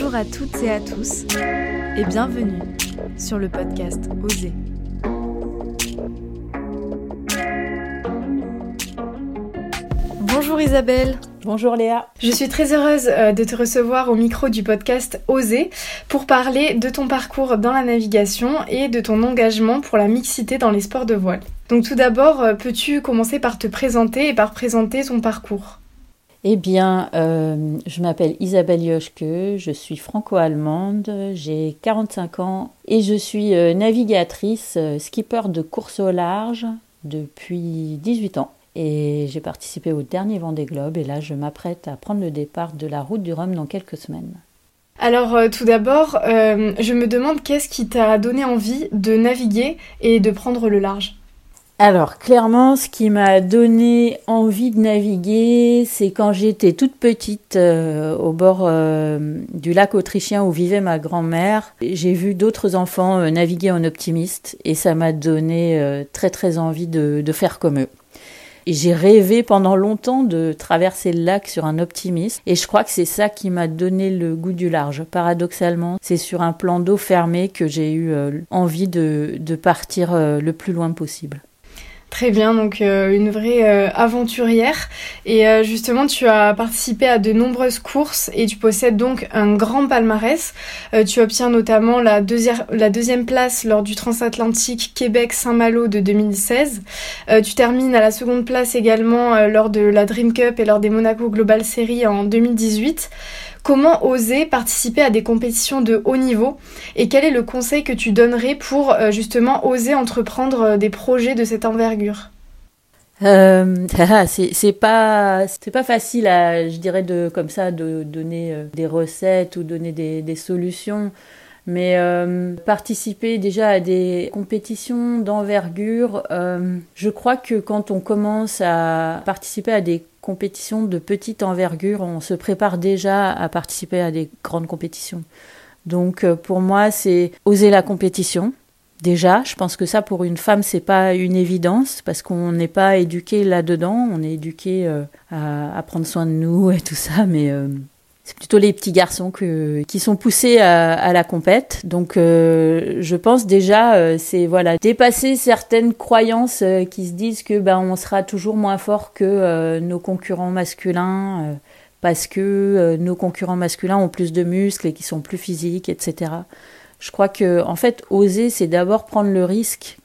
Bonjour à toutes et à tous et bienvenue sur le podcast Oser. Bonjour Isabelle. Bonjour Léa. Je suis très heureuse de te recevoir au micro du podcast Oser pour parler de ton parcours dans la navigation et de ton engagement pour la mixité dans les sports de voile. Donc tout d'abord, peux-tu commencer par te présenter et par présenter ton parcours ? Eh bien, je m'appelle Isabelle Joschke, je suis franco-allemande, j'ai 45 ans et je suis navigatrice, skipper de course au large depuis 18 ans. Et j'ai participé au dernier Vendée Globe et là je m'apprête à prendre le départ de la route du Rhum dans quelques semaines. Alors tout d'abord, je me demande qu'est-ce qui t'a donné envie de naviguer et de prendre le large ? Alors clairement, ce qui m'a donné envie de naviguer, c'est quand j'étais toute petite au bord du lac autrichien où vivait ma grand-mère. J'ai vu d'autres enfants naviguer en optimiste et ça m'a donné très envie de faire comme eux. Et j'ai rêvé pendant longtemps de traverser le lac sur un optimiste. Et je crois que c'est ça qui m'a donné le goût du large. Paradoxalement, c'est sur un plan d'eau fermé que j'ai eu envie de partir le plus loin possible. Très bien, donc une vraie aventurière. Et justement, tu as participé à de nombreuses courses et tu possèdes donc un grand palmarès. Tu obtiens notamment la deuxième place lors du transatlantique Québec-Saint-Malo de 2016. Tu termines à la seconde place également lors de la Dream Cup et lors des Monaco Global Series en 2018. Comment oser participer à des compétitions de haut niveau et quel est le conseil que tu donnerais pour justement oser entreprendre des projets de cette envergure ? C'est pas facile je dirais comme ça de donner des recettes ou donner des solutions. Mais participer déjà à des compétitions d'envergure, je crois que quand on commence à participer à des compétitions de petite envergure, on se prépare déjà à participer à des grandes compétitions. Donc pour moi, c'est oser la compétition. Déjà, je pense que ça pour une femme, c'est pas une évidence parce qu'on n'est pas éduqué là-dedans, on est éduqué à prendre soin de nous et tout ça, mais c'est plutôt les petits garçons qui sont poussés à la compète. Donc je pense déjà c'est dépasser certaines croyances qui se disent que on sera toujours moins fort que nos concurrents masculins parce que nos concurrents masculins ont plus de muscles et qui sont plus physiques, etc. Je crois que en fait oser c'est d'abord prendre le risque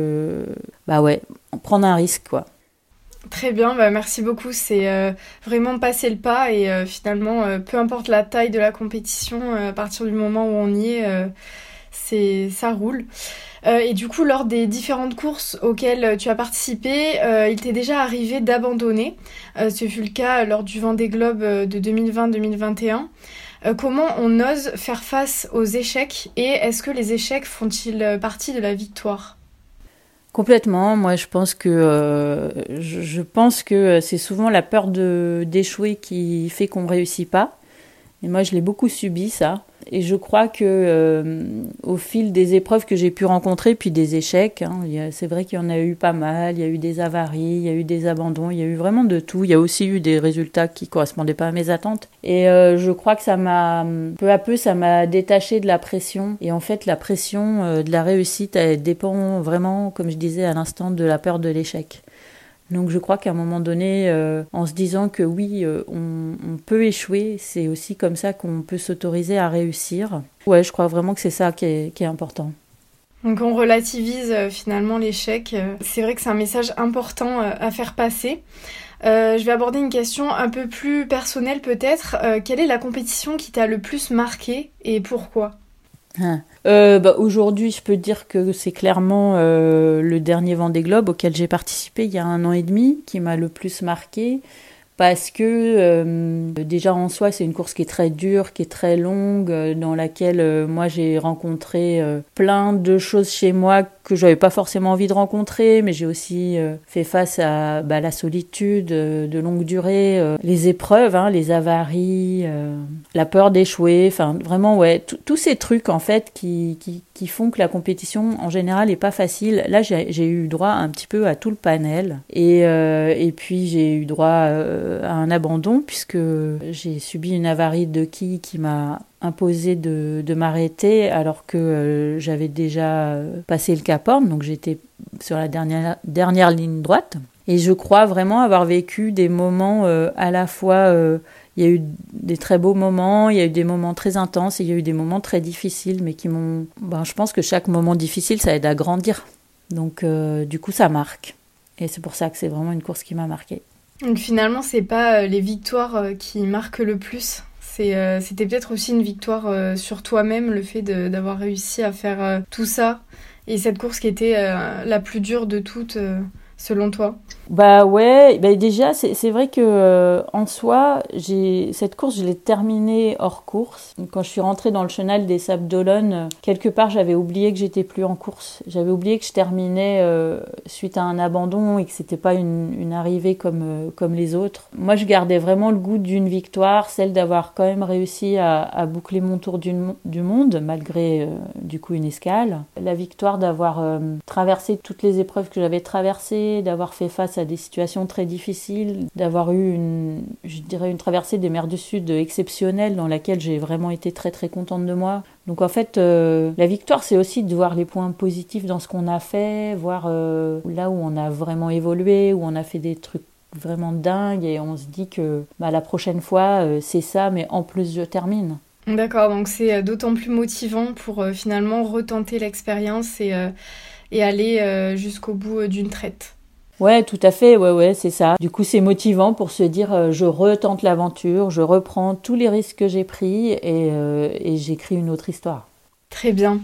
prendre un risque quoi. Très bien, merci beaucoup. C'est vraiment passer le pas et finalement, peu importe la taille de la compétition, à partir du moment où on y est, ça roule. Et du coup, lors des différentes courses auxquelles tu as participé, il t'est déjà arrivé d'abandonner. Ce fut le cas lors du Vendée Globe de 2020-2021. Comment on ose faire face aux échecs et est-ce que les échecs font-ils partie de la victoire ? Complètement. Moi, je pense que c'est souvent la peur d'échouer qui fait qu'on réussit pas. Et moi, je l'ai beaucoup subi ça. Et je crois que au fil des épreuves que j'ai pu rencontrer, puis des échecs, c'est vrai qu'il y en a eu pas mal. Il y a eu des avaries, il y a eu des abandons, il y a eu vraiment de tout. Il y a aussi eu des résultats qui correspondaient pas à mes attentes. Et je crois que peu à peu, ça m'a détachée de la pression. Et en fait, la pression de la réussite, elle dépend vraiment, comme je disais à l'instant, de la peur de l'échec. Donc je crois qu'à un moment donné, en se disant que oui, on peut échouer, c'est aussi comme ça qu'on peut s'autoriser à réussir. Ouais, je crois vraiment que c'est ça qui est important. Donc on relativise finalement l'échec. C'est vrai que c'est un message important à faire passer. Je vais aborder une question un peu plus personnelle peut-être. Quelle est la compétition qui t'a le plus marqué et pourquoi ? Aujourd'hui, je peux dire que c'est clairement le dernier Vendée Globe auquel j'ai participé il y a 1 an et demi qui m'a le plus marqué parce que déjà en soi c'est une course qui est très dure, qui est très longue, dans laquelle moi j'ai rencontré plein de choses chez moi que j'avais pas forcément envie de rencontrer, mais j'ai aussi fait face à la solitude de longue durée, les épreuves, les avaries, la peur d'échouer, enfin vraiment tous ces trucs en fait qui qui font que la compétition en général est pas facile. Là, j'ai eu droit un petit peu à tout le panel et puis j'ai eu droit à un abandon puisque j'ai subi une avarie de quille qui m'a imposé de m'arrêter alors que j'avais déjà passé le Cap Horn, donc j'étais sur la dernière ligne droite. Et je crois vraiment avoir vécu des moments à la fois... il y a eu des très beaux moments, il y a eu des moments très intenses, et il y a eu des moments très difficiles, mais qui m'ont... je pense que chaque moment difficile, ça aide à grandir. Donc, du coup, ça marque. Et c'est pour ça que c'est vraiment une course qui m'a marquée. Donc finalement, c'est pas les victoires qui marquent le plus. C'était peut-être aussi une victoire sur toi-même, le fait d'avoir réussi à faire tout ça. Et cette course qui était la plus dure de toutes, selon toi. Ouais, déjà c'est vrai que en soi, cette course, je l'ai terminée hors course. Quand je suis rentrée dans le chenal des Sables d'Olonne, quelque part j'avais oublié que j'étais plus en course. J'avais oublié que je terminais suite à un abandon et que c'était pas une arrivée comme les autres. Moi, je gardais vraiment le goût d'une victoire, celle d'avoir quand même réussi à boucler mon tour du monde malgré du coup une escale. La victoire d'avoir traversé toutes les épreuves que j'avais traversées, d'avoir fait face à des situations très difficiles, d'avoir eu une traversée des mers du Sud exceptionnelle dans laquelle j'ai vraiment été très très contente de moi. Donc en fait, la victoire, c'est aussi de voir les points positifs dans ce qu'on a fait, voir là où on a vraiment évolué, où on a fait des trucs vraiment dingues et on se dit que la prochaine fois, c'est ça, mais en plus je termine. D'accord, donc c'est d'autant plus motivant pour finalement retenter l'expérience et aller jusqu'au bout d'une traite. Ouais, tout à fait, ouais, c'est ça. Du coup, c'est motivant pour se dire, je retente l'aventure, je reprends tous les risques que j'ai pris et j'écris une autre histoire. Très bien.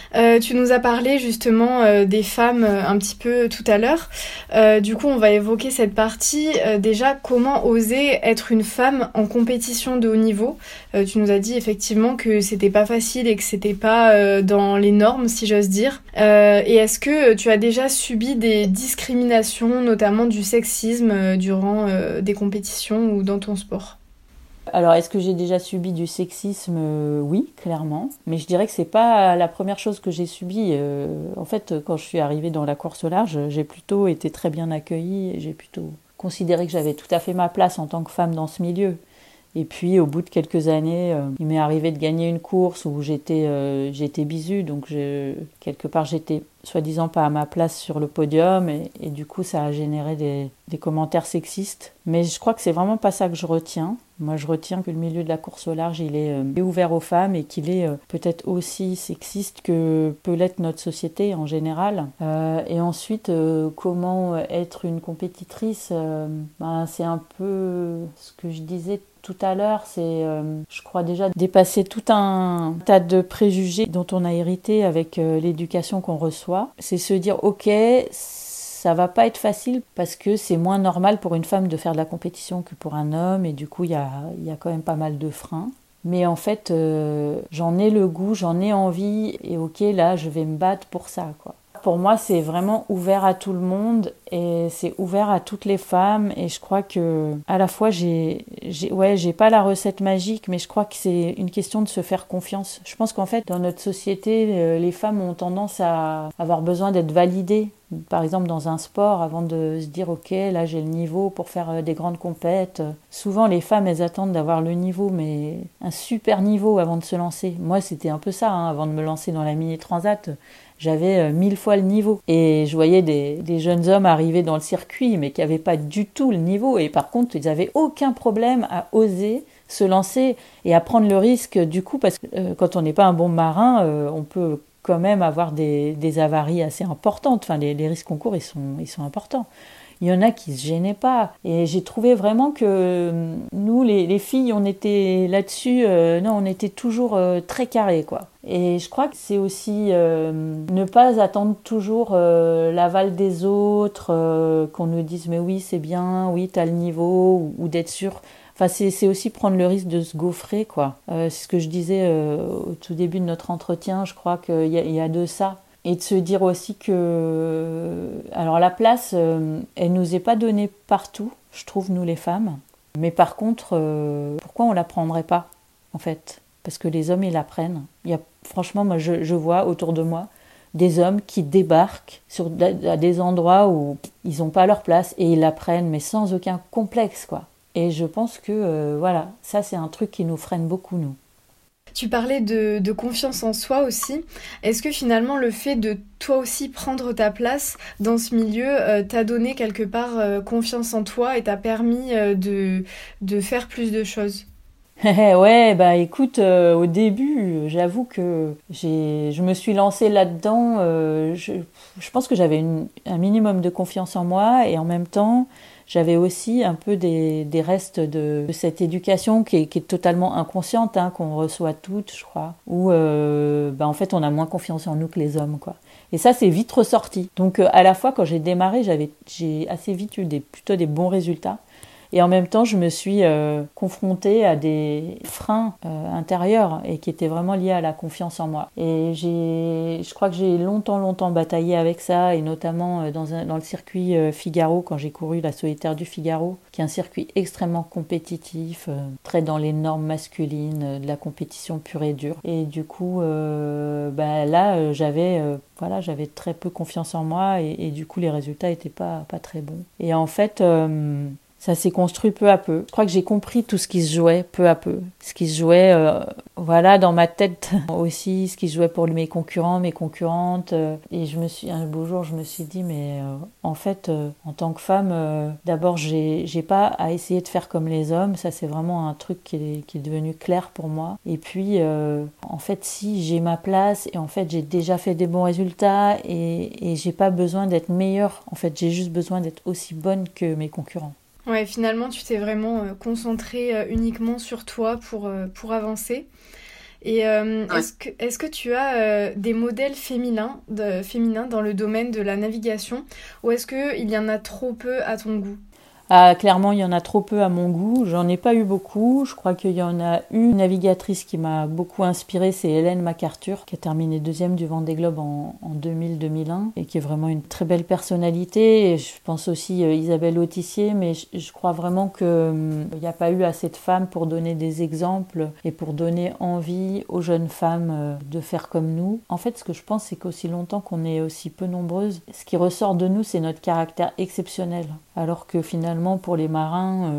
Tu nous as parlé justement des femmes un petit peu tout à l'heure. Du coup, on va évoquer cette partie. Déjà, comment oser être une femme en compétition de haut niveau ? Tu nous as dit effectivement que c'était pas facile et que c'était pas dans les normes, si j'ose dire. Et est-ce que tu as déjà subi des discriminations, notamment du sexisme, durant des compétitions ou dans ton sport ? Alors, est-ce que j'ai déjà subi du sexisme ? Oui, clairement. Mais je dirais que c'est pas la première chose que j'ai subie. En fait, quand je suis arrivée dans la course au large, j'ai plutôt été très bien accueillie et j'ai plutôt considéré que j'avais tout à fait ma place en tant que femme dans ce milieu. Et puis, au bout de quelques années, il m'est arrivé de gagner une course où j'étais bisue. Donc, quelque part, j'étais soi-disant pas à ma place sur le podium. Et du coup, ça a généré des commentaires sexistes. Mais je crois que c'est vraiment pas ça que je retiens. Moi, je retiens que le milieu de la course au large, il est ouvert aux femmes et qu'il est peut-être aussi sexiste que peut l'être notre société en général. Et ensuite, comment être une compétitrice ? C'est un peu ce que je disais tout à l'heure, c'est, je crois déjà, dépasser tout un tas de préjugés dont on a hérité avec l'éducation qu'on reçoit. C'est se dire, ok, ça va pas être facile parce que c'est moins normal pour une femme de faire de la compétition que pour un homme et du coup, il y a quand même pas mal de freins. Mais en fait, j'en ai le goût, j'en ai envie et ok, là, je vais me battre pour ça, quoi. Pour moi, c'est vraiment ouvert à tout le monde et c'est ouvert à toutes les femmes. Et je crois que, à la fois, j'ai pas la recette magique, mais je crois que c'est une question de se faire confiance. Je pense qu'en fait, dans notre société, les femmes ont tendance à avoir besoin d'être validées. Par exemple, dans un sport, avant de se dire « Ok, là, j'ai le niveau pour faire des grandes compètes ». Souvent, les femmes, elles attendent d'avoir le niveau, mais un super niveau avant de se lancer. Moi, c'était un peu ça, avant de me lancer dans la Mini Transat. J'avais 1000 fois le niveau. Et je voyais des jeunes hommes arriver dans le circuit, mais qui n'avaient pas du tout le niveau. Et par contre, ils n'avaient aucun problème à oser se lancer et à prendre le risque du coup, parce que quand on n'est pas un bon marin, on peut quand même avoir des avaries assez importantes. Enfin, les risques qu'on court, ils sont importants. Il y en a qui ne se gênaient pas. Et j'ai trouvé vraiment que nous, les filles, on était là-dessus, on était toujours très carrés, quoi. Et je crois que c'est aussi ne pas attendre toujours l'aval des autres, qu'on nous dise « mais oui, c'est bien, oui, t'as le niveau », ou d'être sûr. Enfin, c'est aussi prendre le risque de se gaufrer, quoi. C'est ce que je disais au tout début de notre entretien, je crois qu'il y a de ça. Et de se dire aussi que... Alors la place, elle nous est pas donnée partout, je trouve, nous les femmes. Mais par contre, pourquoi on la prendrait pas, en fait ? Parce que les hommes, ils la prennent. Il y a franchement, moi, je vois autour de moi des hommes qui débarquent à des endroits où ils n'ont pas leur place et ils la prennent, mais sans aucun complexe, quoi. Et je pense que, voilà, ça, c'est un truc qui nous freine beaucoup, nous. Tu parlais de confiance en soi aussi. Est-ce que finalement le fait de toi aussi prendre ta place dans ce milieu t'a donné quelque part confiance en toi et t'a permis de faire plus de choses? Ouais, bah écoute, au début, j'avoue que je me suis lancée là-dedans. Je pense que j'avais un minimum de confiance en moi et en même temps, j'avais aussi un peu des restes de cette éducation qui est totalement inconsciente, hein, qu'on reçoit toutes, je crois, où bah en fait on a moins confiance en nous que les hommes, quoi. Et ça, c'est vite ressorti. Donc à la fois, quand j'ai démarré, j'ai assez vite eu plutôt des bons résultats. Et en même temps, je me suis confrontée à des freins intérieurs et qui étaient vraiment liés à la confiance en moi. Et je crois que j'ai longtemps bataillé avec ça, et notamment dans le circuit Figaro, quand j'ai couru la Solitaire du Figaro, qui est un circuit extrêmement compétitif, très dans les normes masculines, de la compétition pure et dure. Et du coup, là, j'avais très peu confiance en moi, et du coup, les résultats étaient pas très bons. Et en fait, ça s'est construit peu à peu. Je crois que j'ai compris tout ce qui se jouait peu à peu. Ce qui se jouait, dans ma tête aussi, ce qui se jouait pour mes concurrents, mes concurrentes. Et un beau jour, je me suis dit, mais en fait, en tant que femme, d'abord, j'ai pas à essayer de faire comme les hommes. Ça, c'est vraiment un truc qui est devenu clair pour moi. Et puis, en fait, si j'ai ma place, et en fait, j'ai déjà fait des bons résultats, et j'ai pas besoin d'être meilleure. En fait, j'ai juste besoin d'être aussi bonne que mes concurrents. Ouais, finalement, tu t'es vraiment concentrée uniquement sur toi pour avancer. Et est-ce que tu as des modèles féminins dans le domaine de la navigation, ou est-ce qu'il y en a trop peu à ton goût? Ah, clairement, il y en a trop peu à mon goût. J'en ai pas eu beaucoup. Je crois qu'il y en a une navigatrice qui m'a beaucoup inspirée, c'est Hélène MacArthur, qui a terminé deuxième du Vendée Globe en 2000-2001 et qui est vraiment une très belle personnalité. Et je pense aussi Isabelle Autissier, mais je crois vraiment qu'il n'y a pas eu assez de femmes pour donner des exemples et pour donner envie aux jeunes femmes de faire comme nous. En fait, ce que je pense, c'est qu'aussi longtemps qu'on est aussi peu nombreuses, ce qui ressort de nous, c'est notre caractère exceptionnel. Alors que finalement, pour les marins,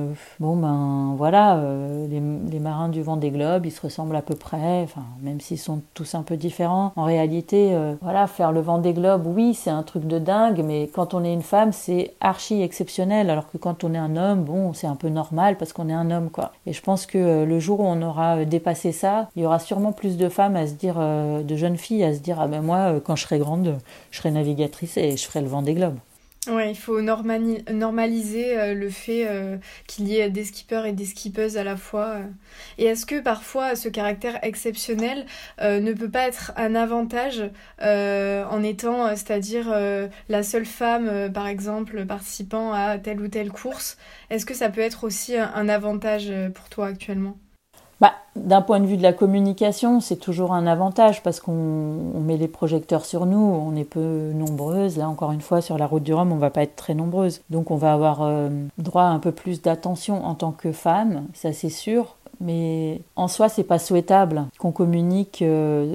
les marins du Vendée Globe, ils se ressemblent à peu près, enfin, même s'ils sont tous un peu différents. En réalité, faire le Vendée Globe, oui, c'est un truc de dingue, mais quand on est une femme, c'est archi exceptionnel, alors que quand on est un homme, bon, c'est un peu normal parce qu'on est un homme, quoi. Et je pense que le jour où on aura dépassé ça, il y aura sûrement plus de femmes à se dire, de jeunes filles à se dire, ah ben moi, quand je serai grande, je serai navigatrice et je ferai le Vendée Globe. Ouais, il faut normaliser le fait qu'il y ait des skippers et des skippeuses à la fois. Et est-ce que parfois ce caractère exceptionnel ne peut pas être un avantage en étant, c'est-à-dire la seule femme, par exemple, participant à telle ou telle course? Est-ce que ça peut être aussi un avantage pour toi actuellement? D'un point de vue de la communication, c'est toujours un avantage parce qu'on met les projecteurs sur nous, on est peu nombreuses. Là, encore une fois, sur la route du Rhum, on va pas être très nombreuses. Donc, on va avoir droit à un peu plus d'attention en tant que femme, ça c'est sûr. Mais en soi, c'est pas souhaitable qu'on communique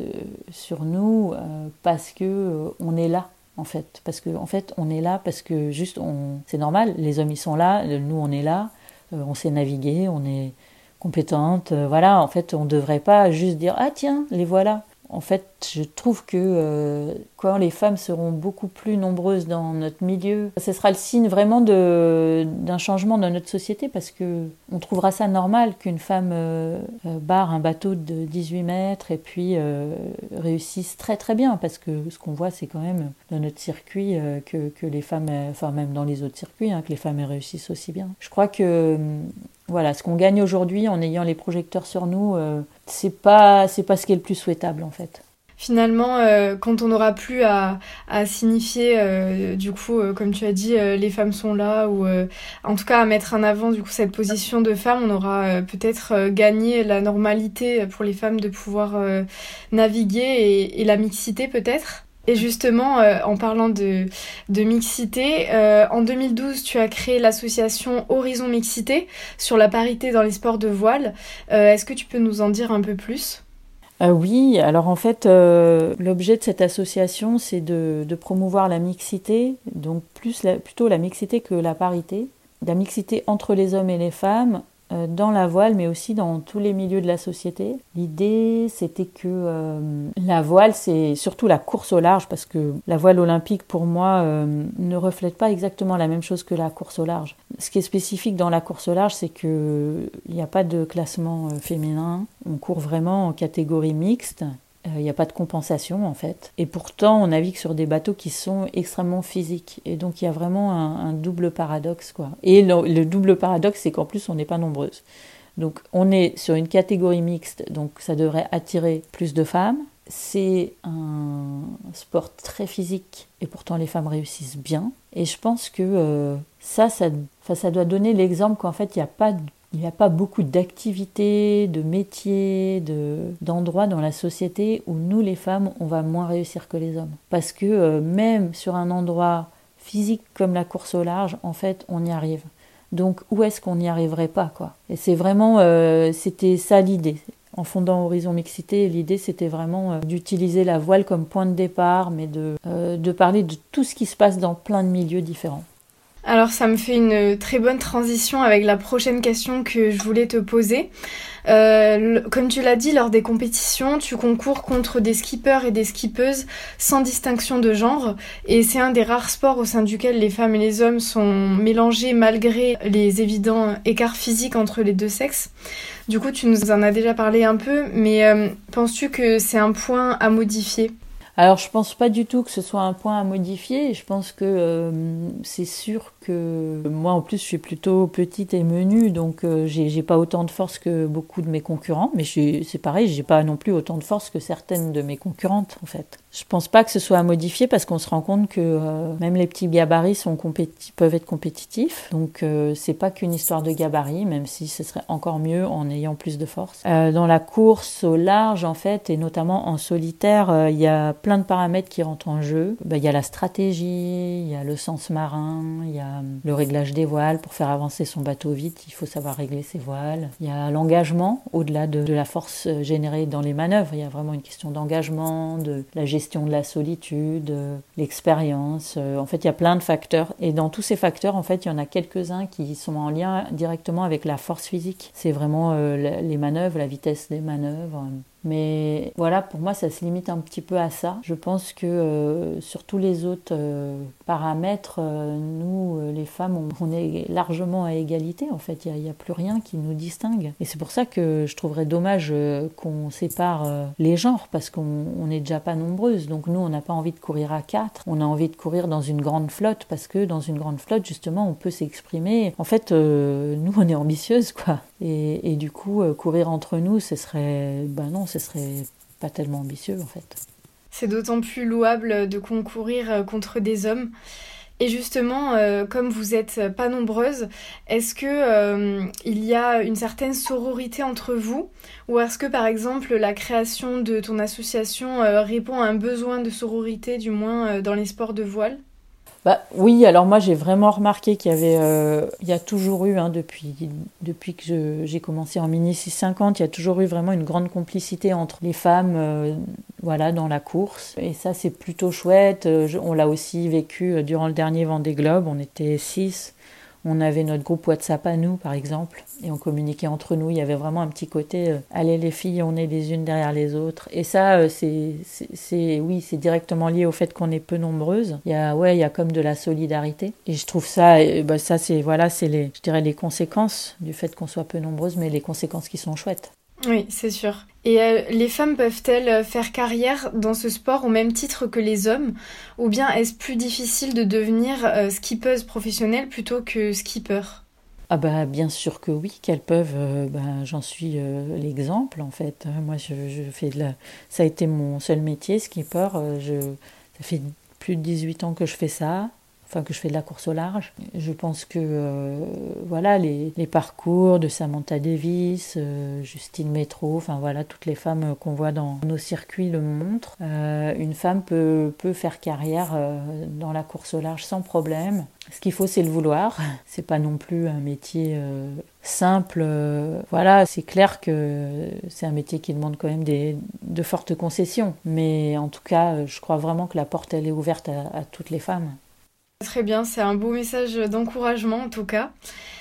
sur nous parce que on est là. En fait, parce que on est là parce que juste c'est normal, les hommes ils sont là, nous on est là, on sait naviguer, on est compétente, en fait on devrait pas juste dire ah tiens les voilà. En fait je trouve que quand les femmes seront beaucoup plus nombreuses dans notre milieu, ce sera le signe vraiment d'un changement dans notre société, parce que on trouvera ça normal qu'une femme barre un bateau de 18 mètres et puis réussisse très très bien, parce que ce qu'on voit c'est quand même dans notre circuit que les femmes, enfin même dans les autres circuits, que les femmes réussissent aussi bien. Je crois que ce qu'on gagne aujourd'hui en ayant les projecteurs sur nous, c'est pas ce qui est le plus souhaitable en fait. Finalement, quand on n'aura plus à signifier, du coup, comme tu as dit, les femmes sont là, ou en tout cas à mettre en avant du coup cette position de femme, on aura peut-être gagné la normalité pour les femmes de pouvoir naviguer et la mixité peut-être. Et justement, en parlant de mixité, en 2012, tu as créé l'association Horizon Mixité sur la parité dans les sports de voile. Est-ce que tu peux nous en dire un peu plus ? Oui, alors en fait, l'objet de cette association, c'est de promouvoir la mixité, donc plutôt la mixité que la parité, la mixité entre les hommes et les femmes, dans la voile, mais aussi dans tous les milieux de la société. L'idée, c'était que la voile, c'est surtout la course au large, parce que la voile olympique, pour moi, ne reflète pas exactement la même chose que la course au large. Ce qui est spécifique dans la course au large, c'est qu'il n'y a pas de classement féminin. On court vraiment en catégorie mixte. Il n'y a pas de compensation en fait. Et pourtant, on navigue sur des bateaux qui sont extrêmement physiques. Et donc, il y a vraiment un double paradoxe, quoi. Et le double paradoxe, c'est qu'en plus, on n'est pas nombreuses. Donc, on est sur une catégorie mixte, donc ça devrait attirer plus de femmes. C'est un sport très physique et pourtant les femmes réussissent bien. Et je pense que ça doit donner l'exemple qu'en fait, il n'y a pas beaucoup d'activités, de métiers, d'endroits dans la société où nous, les femmes, on va moins réussir que les hommes. Parce que même sur un endroit physique comme la course au large, en fait, on y arrive. Donc, où est-ce qu'on n'y arriverait pas, quoi? Et c'est vraiment, c'était ça l'idée. En fondant Horizon Mixité, l'idée, c'était vraiment d'utiliser la voile comme point de départ, mais de parler de tout ce qui se passe dans plein de milieux différents. Alors ça me fait une très bonne transition avec la prochaine question que je voulais te poser. Comme tu l'as dit, lors des compétitions, tu concours contre des skippers et des skippeuses sans distinction de genre. Et c'est un des rares sports au sein duquel les femmes et les hommes sont mélangés malgré les évidents écarts physiques entre les deux sexes. Du coup, tu nous en as déjà parlé un peu, mais penses-tu que c'est un point à modifier ? Alors, je pense pas du tout que ce soit un point à modifier. Je pense que c'est sûr que moi, en plus, je suis plutôt petite et menue, donc j'ai pas autant de force que beaucoup de mes concurrents. Mais c'est pareil, j'ai pas non plus autant de force que certaines de mes concurrentes, en fait. Je pense pas que ce soit à modifier parce qu'on se rend compte que même les petits gabarits peuvent être compétitifs. Donc, c'est pas qu'une histoire de gabarit, même si ce serait encore mieux en ayant plus de force. Dans la course au large, en fait, et notamment en solitaire, il y a plein de paramètres qui rentrent en jeu. Il y a la stratégie, il y a le sens marin, il y a le réglage des voiles. Pour faire avancer son bateau vite, il faut savoir régler ses voiles. Il y a l'engagement, au-delà de la force générée dans les manœuvres. Il y a vraiment une question d'engagement, de la gestion de la solitude, l'expérience. En fait, il y a plein de facteurs. Et dans tous ces facteurs, en fait, il y en a quelques-uns qui sont en lien directement avec la force physique. C'est vraiment les manœuvres, la vitesse des manœuvres. Mais voilà, pour moi, ça se limite un petit peu à ça. Je pense que sur tous les autres paramètres, nous, les femmes, on est largement à égalité. En fait, il n'y a plus rien qui nous distingue. Et c'est pour ça que je trouverais dommage qu'on sépare les genres, parce qu'on n'est déjà pas nombreuses. Donc nous, on n'a pas envie de courir à 4. On a envie de courir dans une grande flotte, parce que dans une grande flotte, justement, on peut s'exprimer. En fait, nous, on est ambitieuses, quoi. Et du coup, courir entre nous, ce serait pas tellement ambitieux en fait. C'est d'autant plus louable de concourir contre des hommes. Et justement, comme vous n'êtes pas nombreuses, est-ce que il y a une certaine sororité entre vous ? Ou est-ce que par exemple la création de ton association répond à un besoin de sororité, du moins dans les sports de voile ? Oui, alors moi j'ai vraiment remarqué qu'il y avait, il y a toujours eu, depuis que j'ai commencé en Mini 650, il y a toujours eu vraiment une grande complicité entre les femmes, dans la course. Et ça c'est plutôt chouette. On l'a aussi vécu durant le dernier Vendée Globe. On était 6. On avait notre groupe WhatsApp à nous, par exemple, et on communiquait entre nous. Il y avait vraiment un petit côté allez les filles, on est les unes derrière les autres. Et ça, c'est directement lié au fait qu'on est peu nombreuses. Il y a comme de la solidarité. Et je trouve ça, c'est les conséquences du fait qu'on soit peu nombreuses, mais les conséquences qui sont chouettes. Oui, c'est sûr. Et les femmes peuvent-elles faire carrière dans ce sport au même titre que les hommes ? Ou bien est-ce plus difficile de devenir skippeuse professionnelle plutôt que skipper ? Bien sûr que oui, qu'elles peuvent. J'en suis l'exemple en fait. Moi, je fais ça a été mon seul métier, skipper. Ça fait plus de 18 ans que je fais ça. enfin que je fais de la course au large. Je pense que voilà, les parcours de Samantha Davis, Justine Métro, enfin voilà, toutes les femmes qu'on voit dans nos circuits le montrent. Une femme peut faire carrière dans la course au large sans problème. Ce qu'il faut, c'est le vouloir. C'est pas non plus un métier simple. Voilà, c'est clair que c'est un métier qui demande quand même de fortes concessions. Mais en tout cas, je crois vraiment que la porte, elle est ouverte à toutes les femmes. Très bien, c'est un beau message d'encouragement en tout cas.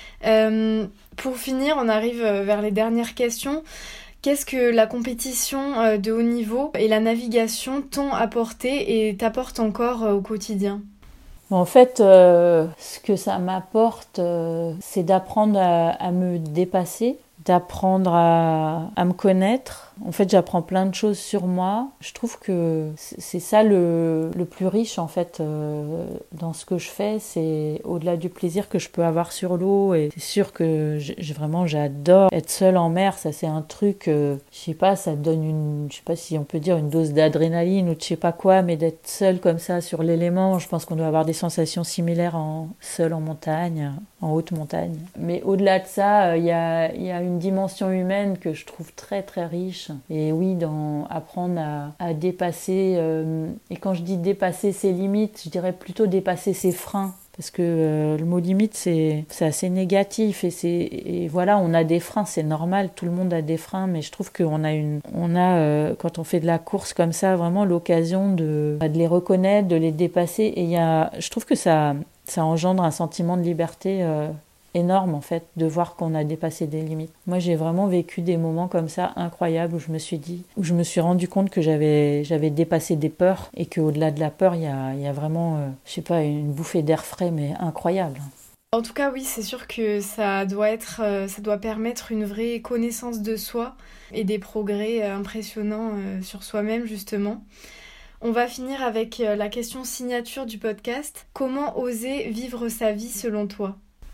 Pour finir, on arrive vers les dernières questions. Qu'est-ce que la compétition de haut niveau et la navigation t'ont apporté et t'apportent encore au quotidien ? En fait, ce que ça m'apporte, c'est d'apprendre à me dépasser, d'apprendre à me connaître. En fait, j'apprends plein de choses sur moi. Je trouve que c'est ça le plus riche, en fait, dans ce que je fais. C'est au-delà du plaisir que je peux avoir sur l'eau. Et c'est sûr que vraiment, j'adore être seule en mer. Ça, c'est un truc, je sais pas, ça donne je sais pas si on peut dire une dose d'adrénaline ou de je sais pas quoi, mais d'être seule comme ça sur l'élément, je pense qu'on doit avoir des sensations similaires seule en montagne, en haute montagne. Mais au-delà de ça, il y a une dimension humaine que je trouve très très riche. Et oui, apprendre à dépasser, et quand je dis dépasser ses limites, je dirais plutôt dépasser ses freins. Parce que le mot limite, c'est assez négatif. Et voilà, on a des freins, c'est normal, tout le monde a des freins. Mais je trouve qu'on a, quand on fait de la course comme ça, vraiment l'occasion de les reconnaître, de les dépasser. Et je trouve que ça engendre un sentiment de liberté énorme, en fait, de voir qu'on a dépassé des limites. Moi, j'ai vraiment vécu des moments comme ça incroyables où je me suis rendu compte que j'avais dépassé des peurs et qu'au-delà de la peur, il y a vraiment, je sais pas, une bouffée d'air frais, mais incroyable. En tout cas, oui, c'est sûr que ça doit permettre une vraie connaissance de soi et des progrès impressionnants sur soi-même, justement. On va finir avec la question signature du podcast. Comment oser vivre sa vie selon toi ?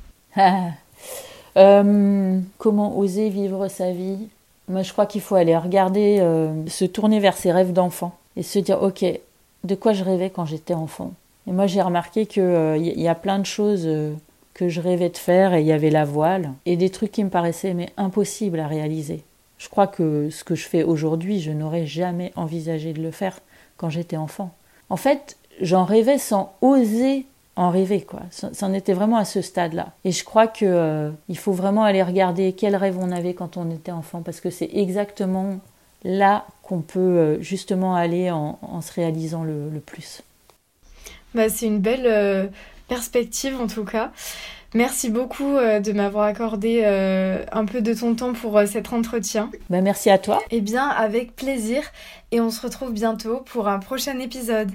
Comment oser vivre sa vie ? Moi, je crois qu'il faut aller regarder, se tourner vers ses rêves d'enfant et se dire, ok, de quoi je rêvais quand j'étais enfant ? Et moi, j'ai remarqué qu'il y a plein de choses que je rêvais de faire, et il y avait la voile, et des trucs qui me paraissaient mais impossibles à réaliser. Je crois que ce que je fais aujourd'hui, je n'aurais jamais envisagé de le faire quand j'étais enfant. En fait, j'en rêvais sans oser en rêver, quoi. C'en était vraiment à ce stade-là. Et je crois que il faut vraiment aller regarder quels rêves on avait quand on était enfant, parce que c'est exactement là qu'on peut justement aller en se réalisant le plus. C'est une belle perspective en tout cas. Merci beaucoup de m'avoir accordé un peu de ton temps pour cet entretien. Merci à toi. Eh bien, avec plaisir. Et on se retrouve bientôt pour un prochain épisode.